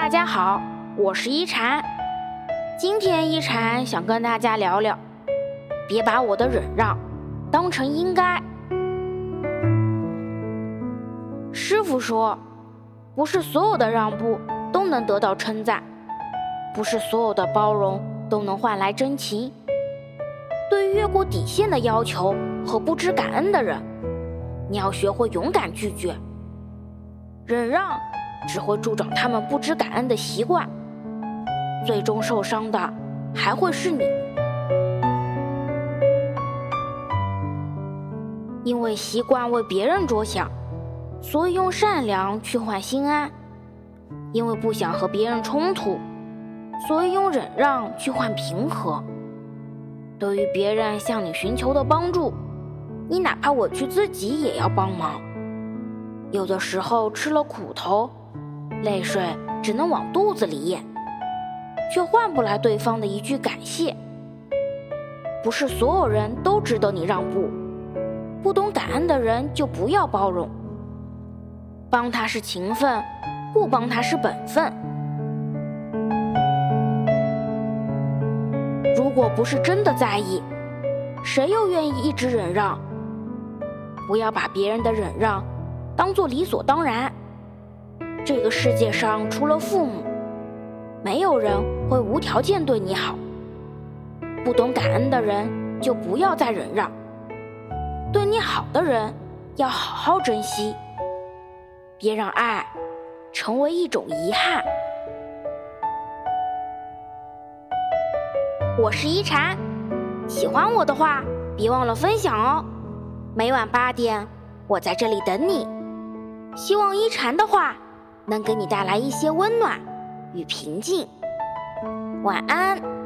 大家好，我是一禅。今天一禅想跟大家聊聊，别把我的忍让当成应该。师父说，不是所有的让步都能得到称赞，不是所有的包容都能换来真情。对于越过底线的要求和不知感恩的人，你要学会勇敢拒绝。忍让只会助长他们不知感恩的习惯，最终受伤的还会是你。因为习惯为别人着想，所以用善良去换心安；因为不想和别人冲突，所以用忍让去换平和。对于别人向你寻求的帮助，你哪怕委屈自己也要帮忙。有的时候吃了苦头，泪水只能往肚子里咽，却换不来对方的一句感谢。不是所有人都值得你让步，不懂感恩的人就不要包容。帮他是情分，不帮他是本分。如果不是真的在意，谁又愿意一直忍让？不要把别人的忍让当作理所当然。这个世界上除了父母，没有人会无条件对你好。不懂感恩的人就不要再忍让，对你好的人要好好珍惜，别让爱成为一种遗憾。我是一禅，喜欢我的话别忘了分享哦。每晚8点我在这里等你，希望一禅的话能给你带来一些温暖与平静。晚安。